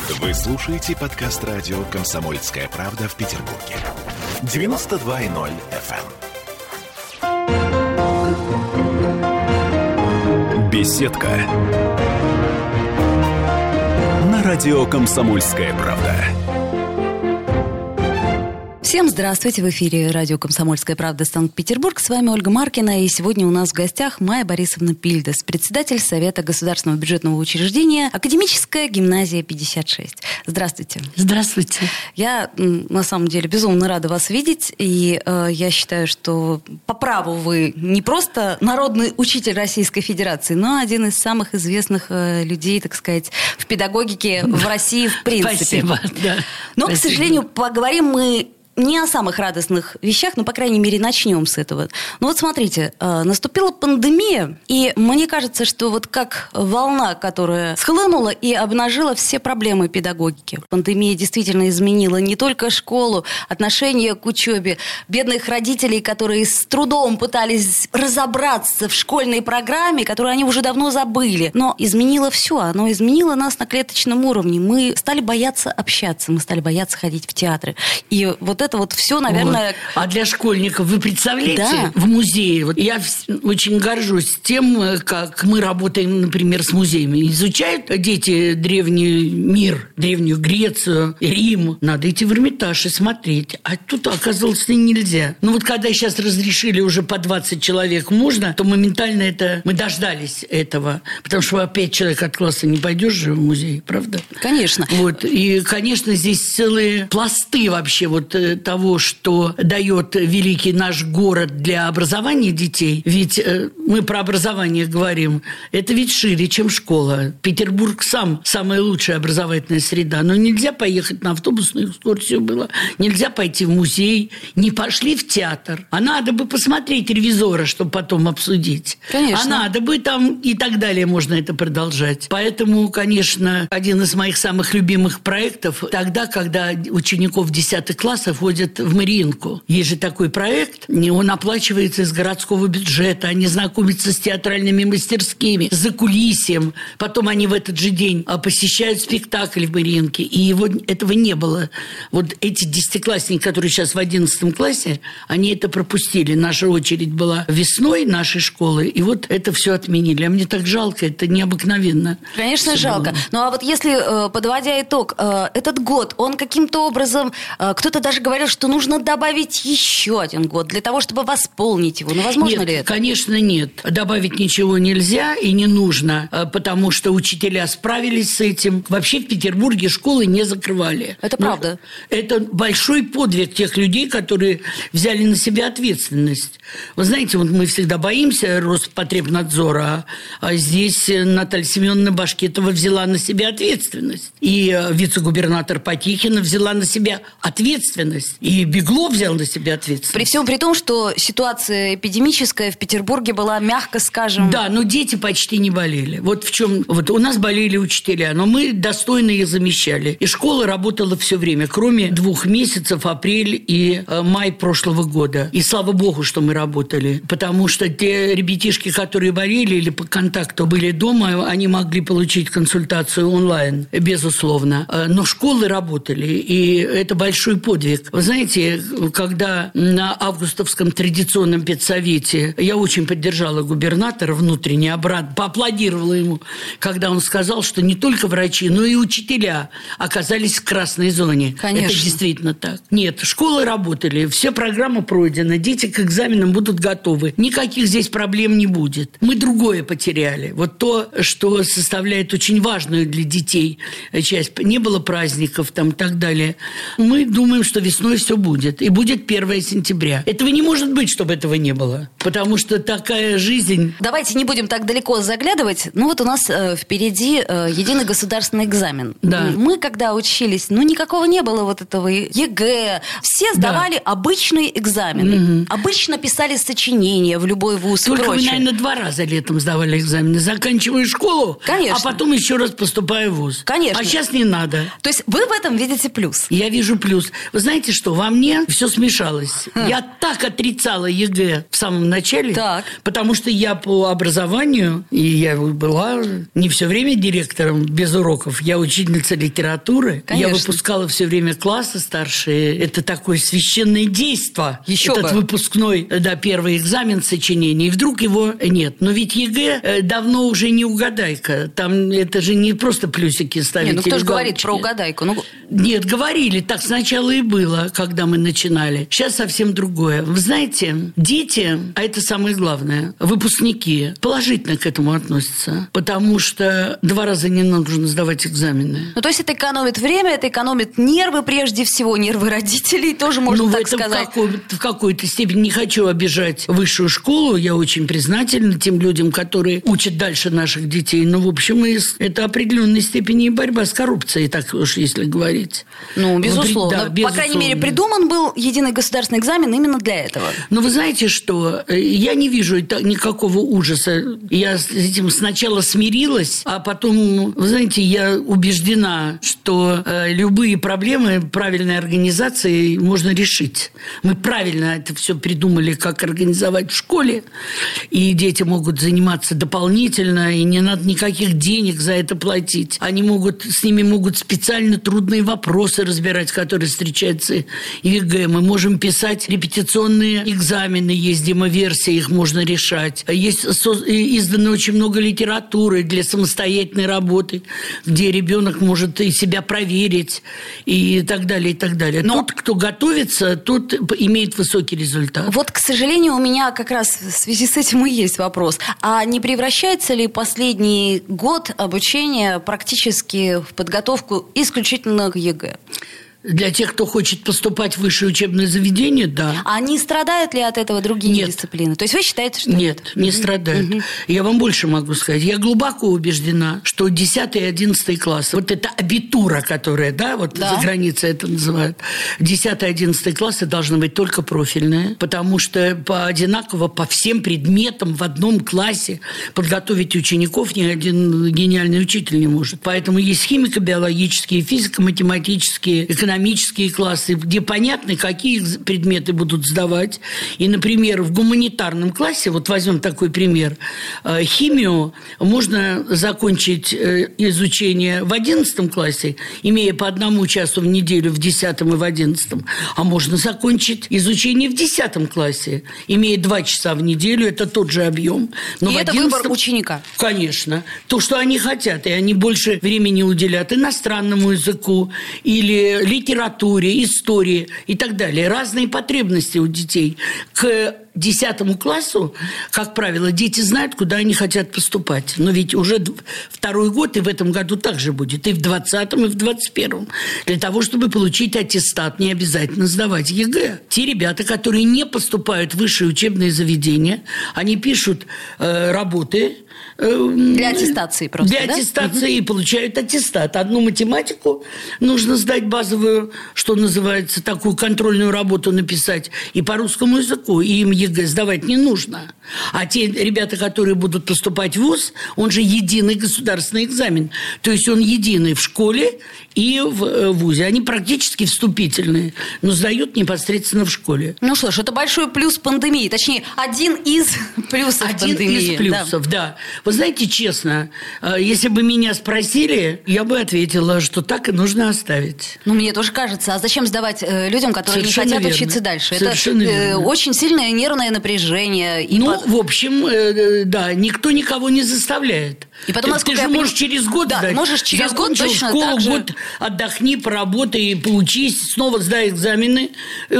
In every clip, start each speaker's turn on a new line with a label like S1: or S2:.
S1: Вы слушаете подкаст радио «Комсомольская правда» в Петербурге. 92.0 FM. Беседка. На радио «Комсомольская правда».
S2: Всем здравствуйте! В эфире радио «Комсомольская правда» Санкт-Петербург. С вами Ольга Маркина. И сегодня у нас в гостях Майя Борисовна Пильдас, председатель Совета государственного бюджетного учреждения «Академическая гимназия 56». Здравствуйте!
S3: Здравствуйте!
S2: Я, на самом деле, безумно рада вас видеть. И я считаю, что по праву вы не просто народный учитель Российской Федерации, но один из самых известных людей, так сказать, в педагогике в России в принципе.
S3: Спасибо, да.
S2: Но,
S3: Спасибо.
S2: К сожалению, поговорим мы не о самых радостных вещах, но, по крайней мере, начнем с этого. Ну вот смотрите, наступила пандемия, и мне кажется, что вот как волна, которая схлынула и обнажила все проблемы педагогики. Пандемия действительно изменила не только школу, отношение к учебе, бедных родителей, которые с трудом пытались разобраться в школьной программе, которую они уже давно забыли. Но изменило все, оно изменило нас на клеточном уровне. Мы стали бояться общаться, мы стали бояться ходить в театры. И вот это вот все, наверное...
S3: Вот. А для школьников, вы представляете,
S2: да.
S3: В музее, вот я очень горжусь тем, как мы работаем, например, с музеями. Изучают дети древний мир, древнюю Грецию, Рим. Надо идти в Эрмитаж и смотреть. А тут, оказалось, нельзя. Ну вот когда сейчас разрешили уже по 20 человек можно, то моментально это мы дождались этого. Потому что 5 человек от класса не пойдешь же в музей, правда?
S2: Конечно.
S3: Вот. И, конечно, здесь целые пласты вообще вот того, что дает великий наш город для образования детей. Ведь мы про образование говорим. Это ведь шире, чем школа. Петербург сам самая лучшая образовательная среда. Но нельзя поехать на автобусную экскурсию было. Нельзя пойти в музей. Не пошли в театр. А надо бы посмотреть «Ревизора», чтобы потом обсудить.
S2: Конечно.
S3: А надо бы там и так далее можно это продолжать. Поэтому, конечно, один из моих самых любимых проектов тогда, когда учеников 10 классов водят в Мариинку. Есть же такой проект, он оплачивается из городского бюджета, они знакомятся с театральными мастерскими, с закулисьем, потом они в этот же день посещают спектакль в Мариинке, и этого не было. Вот эти десятиклассники, которые сейчас в 11 классе, они это пропустили. Наша очередь была весной нашей школы, и вот это все отменили. А мне так жалко, это необыкновенно.
S2: Конечно, жалко. Ну а вот если, подводя итог, этот год, он каким-то образом, кто-то даже говорил, что нужно добавить еще один год для того, чтобы восполнить его. Ну, возможно ли это?
S3: Конечно, нет. Добавить ничего нельзя и не нужно, потому что учителя справились с этим. Вообще в Петербурге школы не закрывали.
S2: Это правда.
S3: Это большой подвиг тех людей, которые взяли на себя ответственность. Вы знаете, вот мы всегда боимся Роспотребнадзора, а здесь Наталья Семеновна Башкетова взяла на себя ответственность. И вице-губернатор Потихина взяла на себя ответственность. И Беглов взял на себя ответственность.
S2: При всем при том, что ситуация эпидемическая в Петербурге была, мягко скажем...
S3: Да, но дети почти не болели. Вот в чем... Вот у нас болели учителя, но мы достойно их замещали. И школа работала все время, кроме 2 месяцев, апрель и май прошлого года. И слава богу, что мы работали. Потому что те ребятишки, которые болели или по контакту были дома, они могли получить консультацию онлайн, безусловно. Но школы работали, и это большой подвиг. Вы знаете, когда на августовском традиционном педсовете я очень поддержала губернатора внутренне, поаплодировала ему, когда он сказал, что не только врачи, но и учителя оказались в красной зоне.
S2: Конечно.
S3: Это действительно так. Нет, школы работали, вся программа пройдена, дети к экзаменам будут готовы. Никаких здесь проблем не будет. Мы другое потеряли. Вот то, что составляет очень важную для детей часть. Не было праздников там и так далее. Мы думаем, что весной все будет. И будет 1 сентября. Этого не может быть, чтобы этого не было. Потому что такая жизнь...
S2: Давайте не будем так далеко заглядывать. Ну вот у нас впереди единый государственный экзамен.
S3: Да.
S2: Мы когда учились, никакого не было вот этого ЕГЭ. Все сдавали обычные экзамены. Обычно писали сочинения в любой вуз
S3: Только
S2: и прочее.
S3: вы, наверное, 2 раза летом сдавали экзамены. Заканчивая школу,
S2: Конечно.
S3: А потом еще раз поступая в вуз.
S2: Конечно.
S3: А сейчас не надо.
S2: То есть вы в этом видите плюс?
S3: Я вижу плюс. Вы знаете, знаете что, во мне все смешалось. Я так отрицала ЕГЭ в самом начале, потому что я по образованию, и я была не все время директором без уроков, я учительница литературы. Конечно. Я выпускала все время классы старшие. Это такое священное действо.
S2: Еще
S3: этот выпускной, первый экзамен сочинения. И вдруг его нет. Но ведь ЕГЭ давно уже не угадайка. Там это же не просто плюсики ставить.
S2: Нет, кто же говорит про угадайку?
S3: Нет, говорили. Так сначала и было, когда мы начинали. Сейчас совсем другое. Вы знаете, дети, а это самое главное, выпускники, положительно к этому относятся. Потому что 2 раза не нужно сдавать экзамены.
S2: То есть это экономит время, это экономит нервы, прежде всего, нервы родителей, тоже можно так сказать.
S3: В какой-то степени не хочу обижать высшую школу. Я очень признательна тем людям, которые учат дальше наших детей. Но, в общем, это определенной степени и борьба с коррупцией, так уж если говорить.
S2: Безусловно. По крайней мере, придуман был единый государственный экзамен именно для этого.
S3: Но вы знаете что? Я не вижу никакого ужаса. Я с этим сначала смирилась, а потом, вы знаете, я убеждена, что любые проблемы правильной организации можно решить. Мы правильно это все придумали, как организовать в школе, и дети могут заниматься дополнительно, и не надо никаких денег за это платить. С ними могут специально трудные вопросы разбирать, которые встречаются в ЕГЭ. Мы можем писать репетиционные экзамены, есть демоверсии, их можно решать. Есть издано очень много литературы для самостоятельной работы, где ребенок может и себя проверить, и так далее, и так далее. Но тот, кто готовится, тот имеет высокий результат.
S2: Вот, к сожалению, у меня как раз в связи с этим и есть вопрос. А не превращается ли последний год обучения практически в подготовку исключительно к ЕГЭ?
S3: Для тех, кто хочет поступать в высшее учебное заведение, да.
S2: А не страдают ли от этого другие дисциплины? То есть вы считаете, что нет?
S3: Нет, не страдают. Я вам больше могу сказать. Я глубоко убеждена, что 10 и 11 классы, вот эта абитура, которая, за границей это называют, 10 и 11 классы должны быть только профильные, потому что одинаково по всем предметам в одном классе подготовить учеников ни один гениальный учитель не может. Поэтому есть химико-биологические, физико-математические, экономические классы, где понятно, какие предметы будут сдавать. И, например, в гуманитарном классе, вот возьмем такой пример, химию можно закончить изучение в 11 классе, имея по 1 часу в неделю в 10 и в 11, а можно закончить изучение в 10 классе, имея 2 часа в неделю, это тот же объем.
S2: Но и это выбор ученика.
S3: Конечно. То, что они хотят, и они больше времени уделят иностранному языку или литературе, истории и так далее. Разные потребности у детей. К 10 классу, как правило, дети знают, куда они хотят поступать. Но ведь уже 2-й год, и в этом году также будет. И в 20-м, и в 21-м. Для того, чтобы получить аттестат, не обязательно сдавать ЕГЭ. Те ребята, которые не поступают в высшие учебные заведения, они пишут работы,
S2: для аттестации просто,
S3: для аттестации и получают аттестат. Одну математику нужно сдать базовую, что называется, такую контрольную работу написать, и по русскому языку. И им ЕГЭ сдавать не нужно. А те ребята, которые будут поступать в ВУЗ, он же единый государственный экзамен. То есть он единый в школе и в ВУЗе. Они практически вступительные, но сдают непосредственно в школе.
S2: Ну что ж, это большой плюс пандемии. Точнее, один из плюсов пандемии.
S3: Один из плюсов, да. Вы знаете, честно, если бы меня спросили, я бы ответила, что так и нужно оставить.
S2: Мне тоже кажется. А зачем сдавать людям, которые
S3: Совершенно
S2: не хотят
S3: верно.
S2: Учиться дальше?
S3: Совершенно
S2: это очень сильное нервное напряжение.
S3: И в общем, да, никто никого не заставляет.
S2: И потом,
S3: ты же можешь через год сдать.
S2: Можешь через год точно
S3: школу,
S2: так же.
S3: год отдохни, поработай, поучись, снова сдай экзамены.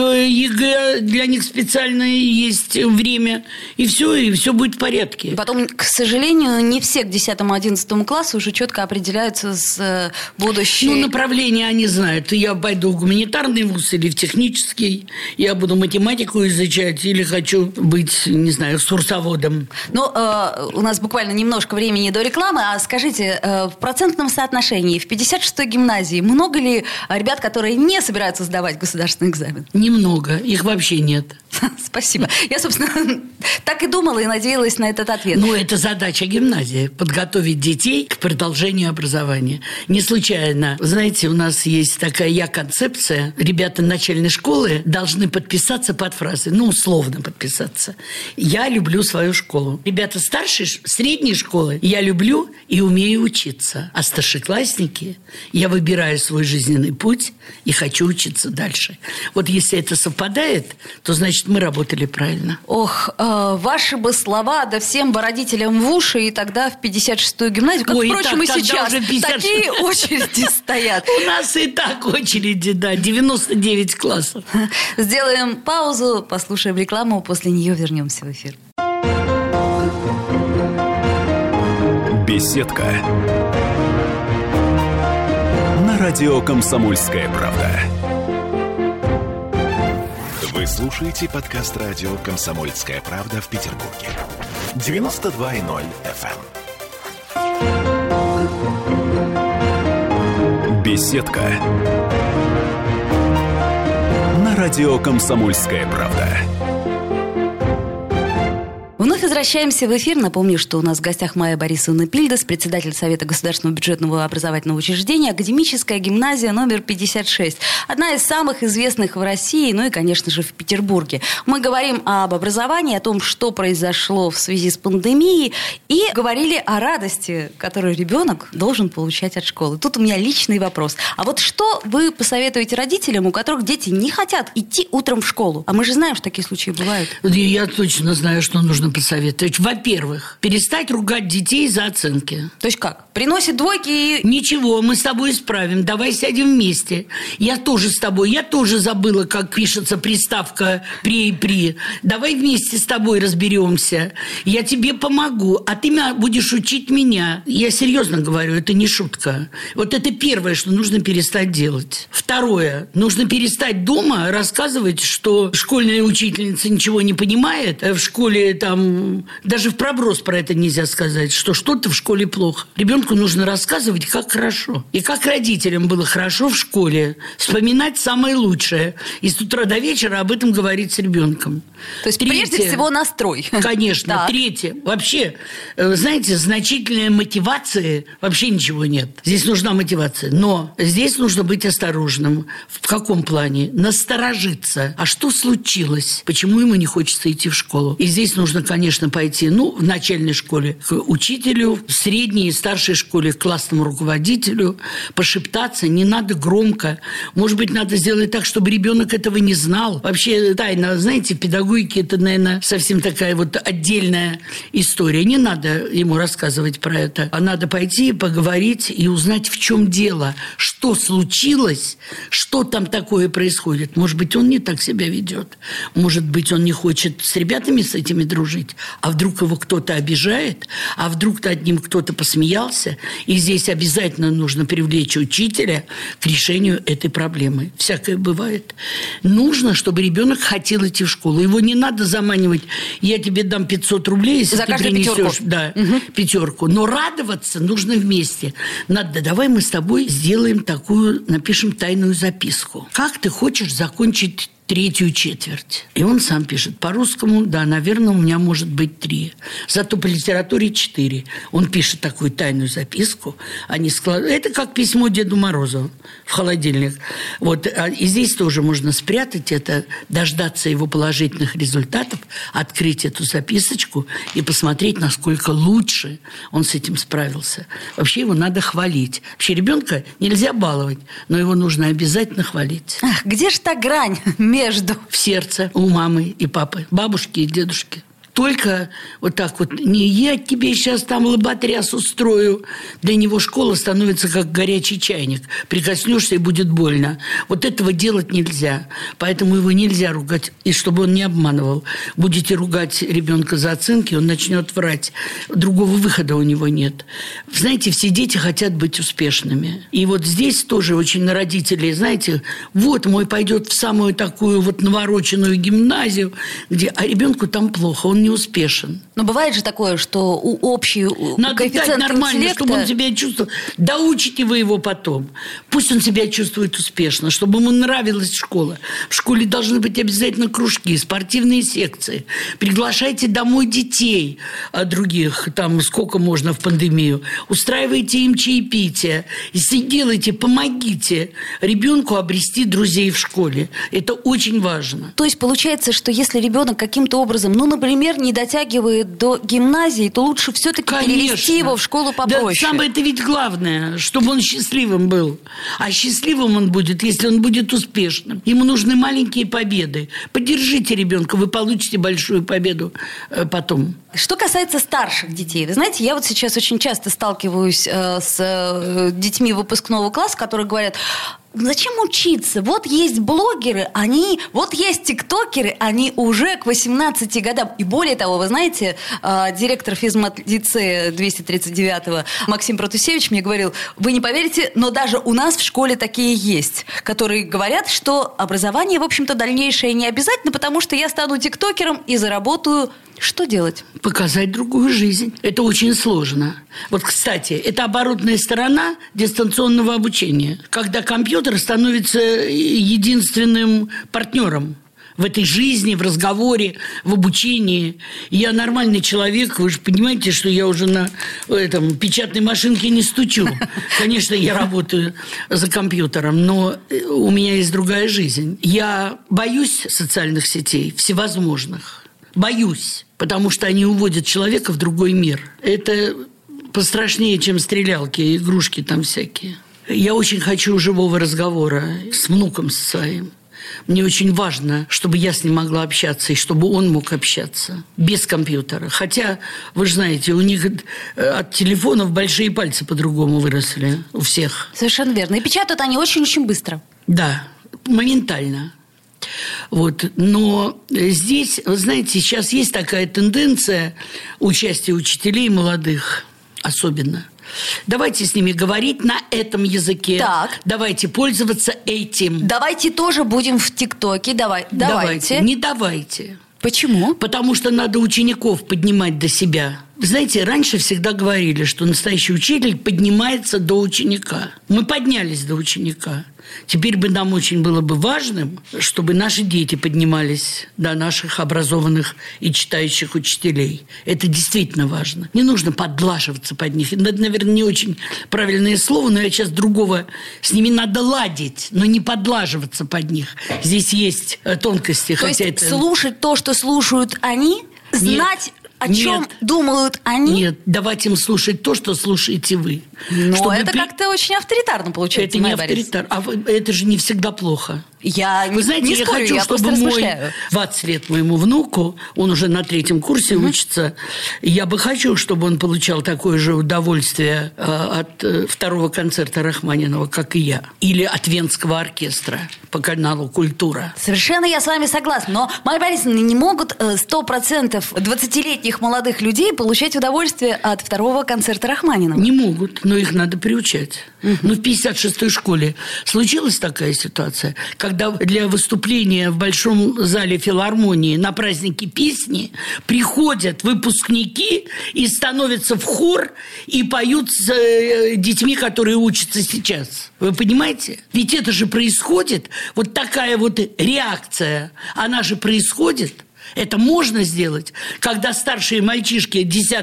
S3: ЕГЭ для них специально есть время. И все будет в порядке.
S2: И потом, к сожалению, не все к 10-11 классу уже четко определяются с будущей...
S3: направления они знают. Я пойду в гуманитарный вуз или в технический. Я буду математику изучать или хочу быть, не знаю, экскурсоводом.
S2: У нас буквально немножко времени до рекламы. А скажите, в процентном соотношении в 56-й гимназии много ли ребят, которые не собираются сдавать государственный экзамен?
S3: Немного. Их вообще нет.
S2: Спасибо. Я, собственно, так и думала и надеялась на этот ответ.
S3: Ну, это задача гимназии – подготовить детей к продолжению образования. Не случайно. Знаете, у нас есть такая концепция. Ребята начальной школы должны подписаться под фразой, условно подписаться. «Я люблю свою школу». Ребята старшей, средней школы «Я люблю и умею учиться». А старшеклассники «Я выбираю свой жизненный путь и хочу учиться дальше». Вот если это совпадает, то, значит, мы работали правильно.
S2: Ох, ваши бы слова, да всем бы родителям в уши, и тогда в 56-ю гимназию, как, впрочем, и сейчас, такие очереди стоят.
S3: У нас и так очереди, 99 классов.
S2: Сделаем паузу, послушаем рекламу, после нее вернемся в эфир.
S1: Беседка. На радио «Комсомольская правда». Вы слушаете подкаст радио «Комсомольская правда» в Петербурге. 92.0 FM. Беседка. На радио «Комсомольская правда».
S2: Вновь возвращаемся в эфир. Напомню, что у нас в гостях Майя Борисовна Пильдас, председатель Совета государственного бюджетного образовательного учреждения, академическая гимназия номер 56. Одна из самых известных в России, и, конечно же, в Петербурге. Мы говорим об образовании, о том, что произошло в связи с пандемией, и говорили о радости, которую ребенок должен получать от школы. Тут у меня личный вопрос. А вот что вы посоветуете родителям, у которых дети не хотят идти утром в школу? А мы же знаем, что такие случаи бывают.
S3: Я точно знаю, что нужно посоветовать. Во-первых, перестать ругать детей за оценки.
S2: То есть как? Приносит двойки и...
S3: Ничего, мы с тобой исправим. Давай сядем вместе. Я тоже с тобой. Я тоже забыла, как пишется приставка «при» и «при». Давай вместе с тобой разберемся. Я тебе помогу, а ты будешь учить меня. Я серьезно говорю, это не шутка. Вот это первое, что нужно перестать делать. Второе. Нужно перестать дома рассказывать, что школьная учительница ничего не понимает. В школе даже в проброс про это нельзя сказать, что что-то в школе плохо. Ребенку нужно рассказывать, как хорошо. И как родителям было хорошо в школе. Вспоминать самое лучшее. И с утра до вечера об этом говорить с ребенком.
S2: То есть, прежде всего, настрой.
S3: Конечно. Да. Третье. Вообще, знаете, значительной мотивации вообще ничего нет. Здесь нужна мотивация. Но здесь нужно быть осторожным. В каком плане? Насторожиться. А что случилось? Почему ему не хочется идти в школу? И здесь нужно, конечно, пойти, в начальной школе к учителю, в средней и старшей школе к классному руководителю, пошептаться, не надо громко. Может быть, надо сделать так, чтобы ребенок этого не знал. Вообще, тайна, знаете, в педагогике это, наверное, совсем такая вот отдельная история. Не надо ему рассказывать про это, а надо пойти, поговорить и узнать, в чем дело, что случилось, что там такое происходит. Может быть, он не так себя ведет. Может быть, он не хочет с ребятами с этими дружить. А вдруг его кто-то обижает? А вдруг над ним кто-то посмеялся? И здесь обязательно нужно привлечь учителя к решению этой проблемы. Всякое бывает. Нужно, чтобы ребенок хотел идти в школу. Его не надо заманивать. Я тебе дам 500 рублей, если ты принесешь пятерку. Но радоваться нужно вместе. Давай мы с тобой сделаем такую, напишем тайную записку. Как ты хочешь закончить третью четверть? И он сам пишет. По-русскому, наверное, у меня может быть 3. Зато по литературе 4. Он пишет такую тайную записку. Они складывают. Это как письмо Деду Морозу в холодильник. И здесь тоже можно спрятать это, дождаться его положительных результатов, открыть эту записочку и посмотреть, насколько лучше он с этим справился. Вообще его надо хвалить. Вообще ребенка нельзя баловать, но его нужно обязательно хвалить.
S2: Ах, где же та грань между?
S3: В сердце у мамы и папы, бабушки и дедушки. Только вот так вот, не я тебе сейчас там лоботряс устрою. Для него школа становится как горячий чайник. Прикоснешься, и будет больно. Вот этого делать нельзя. Поэтому его нельзя ругать, и чтобы он не обманывал. Будете ругать ребенка за оценки, он начнет врать. Другого выхода у него нет. Знаете, все дети хотят быть успешными. И вот здесь тоже очень на родителей, знаете, вот мой пойдет в самую такую вот навороченную гимназию, а ребенку там плохо, он не успешен.
S2: Но бывает же такое, что общий
S3: надо
S2: коэффициент
S3: дать нормально,
S2: интеллекта...
S3: чтобы он себя чувствовал. Доучите вы его потом. Пусть он себя чувствует успешно, чтобы ему нравилась школа. В школе должны быть обязательно кружки, спортивные секции. Приглашайте домой детей других, там сколько можно в пандемию. Устраивайте им чаепитие. Если делайте, помогите ребенку обрести друзей в школе. Это очень важно.
S2: То есть получается, что если ребенок каким-то образом, например, не дотягивает до гимназии, то лучше все-таки перевести его в школу попроще.
S3: Да, самое это ведь главное, чтобы он счастливым был. А счастливым он будет, если он будет успешным. Ему нужны маленькие победы. Поддержите ребенка, вы получите большую победу потом.
S2: Что касается старших детей, вы знаете, я вот сейчас очень часто сталкиваюсь с детьми выпускного класса, которые говорят: зачем учиться? Вот есть блогеры, вот есть тиктокеры, они уже к 18 годам. И более того, вы знаете, директор физмат-лицея 239-го Максим Протусевич мне говорил: вы не поверите, но даже у нас в школе такие есть, которые говорят, что образование, в общем-то, дальнейшее не обязательно, потому что я стану тиктокером и заработаю. Что делать?
S3: Показать другую жизнь. Это очень сложно. Вот, кстати, это оборотная сторона дистанционного обучения, когда компьютер становится единственным партнером в этой жизни, в разговоре, в обучении. Я нормальный человек, вы же понимаете, что я уже на печатной машинке не стучу. Конечно, я работаю за компьютером, но у меня есть другая жизнь. Я боюсь социальных сетей, всевозможных. Боюсь, потому что они уводят человека в другой мир. Это пострашнее, чем стрелялки, игрушки там всякие. Я очень хочу живого разговора с внуком своим. Мне очень важно, чтобы я с ним могла общаться, и чтобы он мог общаться без компьютера. Хотя, вы же знаете, у них от телефонов большие пальцы по-другому выросли у всех.
S2: Совершенно верно. И печатают они очень-очень быстро.
S3: Да, моментально. Но здесь, вы знаете, сейчас есть такая тенденция участия учителей молодых особенно. Давайте с ними говорить на этом языке.
S2: Так.
S3: Давайте пользоваться этим.
S2: Давайте тоже будем в ТикТоке. Давайте.
S3: Не давайте.
S2: Почему?
S3: Потому что надо учеников поднимать до себя. Вы знаете, раньше всегда говорили, что настоящий учитель поднимается до ученика. Мы поднялись до ученика. Теперь бы нам очень было бы важным, чтобы наши дети поднимались до наших образованных и читающих учителей. Это действительно важно. Не нужно подлаживаться под них. Это, наверное, не очень правильное слово, но я сейчас другого. С ними надо ладить, но не подлаживаться под них. Здесь есть тонкости.
S2: То есть слушать то, что слушают они, знать... О чем думают они?
S3: Нет, давать им слушать то, что слушаете вы.
S2: Но это как-то очень авторитарно получается.
S3: Это не авторитарно. Это же не всегда плохо.
S2: Вы
S3: знаете, я хочу, чтобы 20 лет моему внуку, он уже на 3-м курсе учится, я бы хочу, чтобы он получал такое же удовольствие от 2-го концерта Рахманинова, как и я. Или от Венского оркестра по каналу «Культура».
S2: Совершенно я с вами согласна. Но, Майя Борисовна, не могут 100% 20-летних молодых людей получать удовольствие от 2-го концерта Рахманинова?
S3: Не могут, но их надо приучать. В 56-й школе случилась такая ситуация, когда для выступления в Большом зале филармонии на празднике песни приходят выпускники и становятся в хор и поют с детьми, которые учатся сейчас. Вы понимаете? Ведь это же происходит, вот такая вот реакция, она же происходит. Это можно сделать, когда старшие мальчишки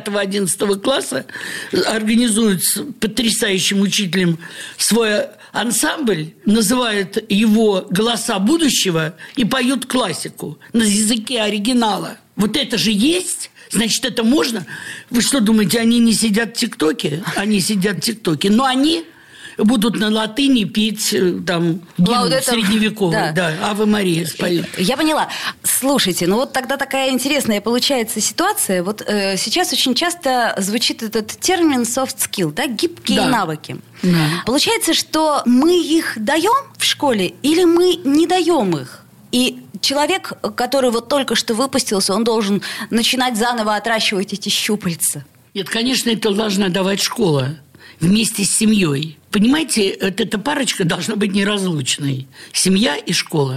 S3: 10-11 класса организуют с потрясающим учителем свой ансамбль, называют его «Голоса будущего» и поют классику на языке оригинала. Вот это же есть, значит, это можно. Вы что думаете, они не сидят в ТикТоке? Они сидят в ТикТоке, но они... будут на латыни петь там гимн средневековый. Да, «Аве Мария» споют.
S2: Я поняла. Слушайте, тогда такая интересная получается ситуация. Вот сейчас очень часто звучит этот термин soft skill, гибкие навыки. Да. Получается, что мы их даем в школе или мы не даем их? И человек, который вот только что выпустился, он должен начинать заново отращивать эти щупальца.
S3: Нет, конечно, это должна давать школа. Вместе с семьей. Понимаете, эта парочка должна быть неразлучной. Семья и школа.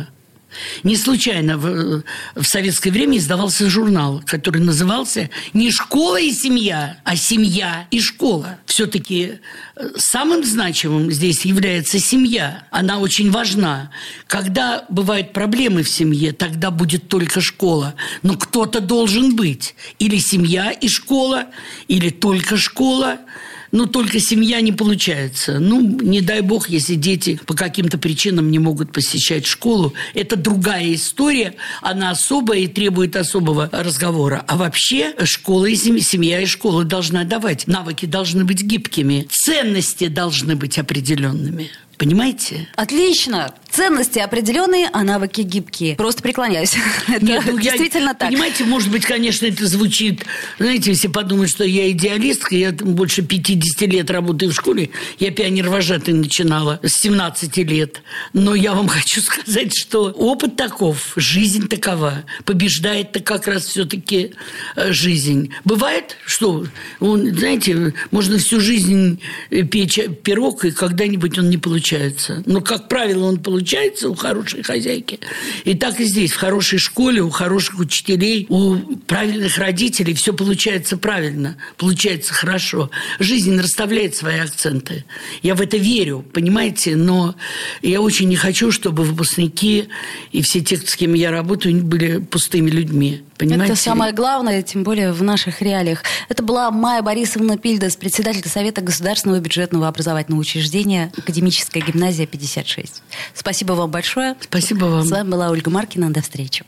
S3: Не случайно в советское время издавался журнал, который назывался не «Школа и семья», а «Семья и школа». Все-таки самым значимым здесь является семья. Она очень важна. Когда бывают проблемы в семье, тогда будет только школа. Но кто-то должен быть. Или семья и школа, или только школа. Но только семья не получается. Не дай бог, если дети по каким-то причинам не могут посещать школу. Это другая история. Она особая и требует особого разговора. А вообще школа и семья и школа должна давать. Навыки должны быть гибкими. Ценности должны быть определенными. Понимаете?
S2: Отлично. Ценности определенные, а навыки гибкие. Просто преклоняюсь.
S3: Нет,
S2: действительно так.
S3: Понимаете, может быть, конечно, это звучит... Знаете, все подумают, что я идеалистка. Я больше 50 лет работаю в школе. Я пионер-вожатой начинала с 17 лет. Но я вам хочу сказать, что опыт таков, жизнь такова. Побеждает-то как раз все-таки жизнь. Бывает, что, знаете, можно всю жизнь печь пирог, и когда-нибудь он не получается. Но, как правило, он получается у хорошей хозяйки. И так и здесь, в хорошей школе, у хороших учителей, у правильных родителей все получается правильно, получается хорошо. Жизнь расставляет свои акценты. Я в это верю, понимаете, но я очень не хочу, чтобы выпускники и все те, с кем я работаю, были пустыми людьми. Понимаете?
S2: Это самое главное, тем более в наших реалиях. Это была Майя Борисовна Пильдас, председатель Совета государственного бюджетного образовательного учреждения «Академическая гимназия 56». Спасибо вам большое.
S3: Спасибо вам.
S2: С вами была Ольга Маркина. До встречи.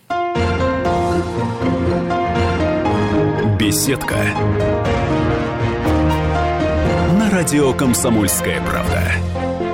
S1: Беседка. На радио «Комсомольская правда».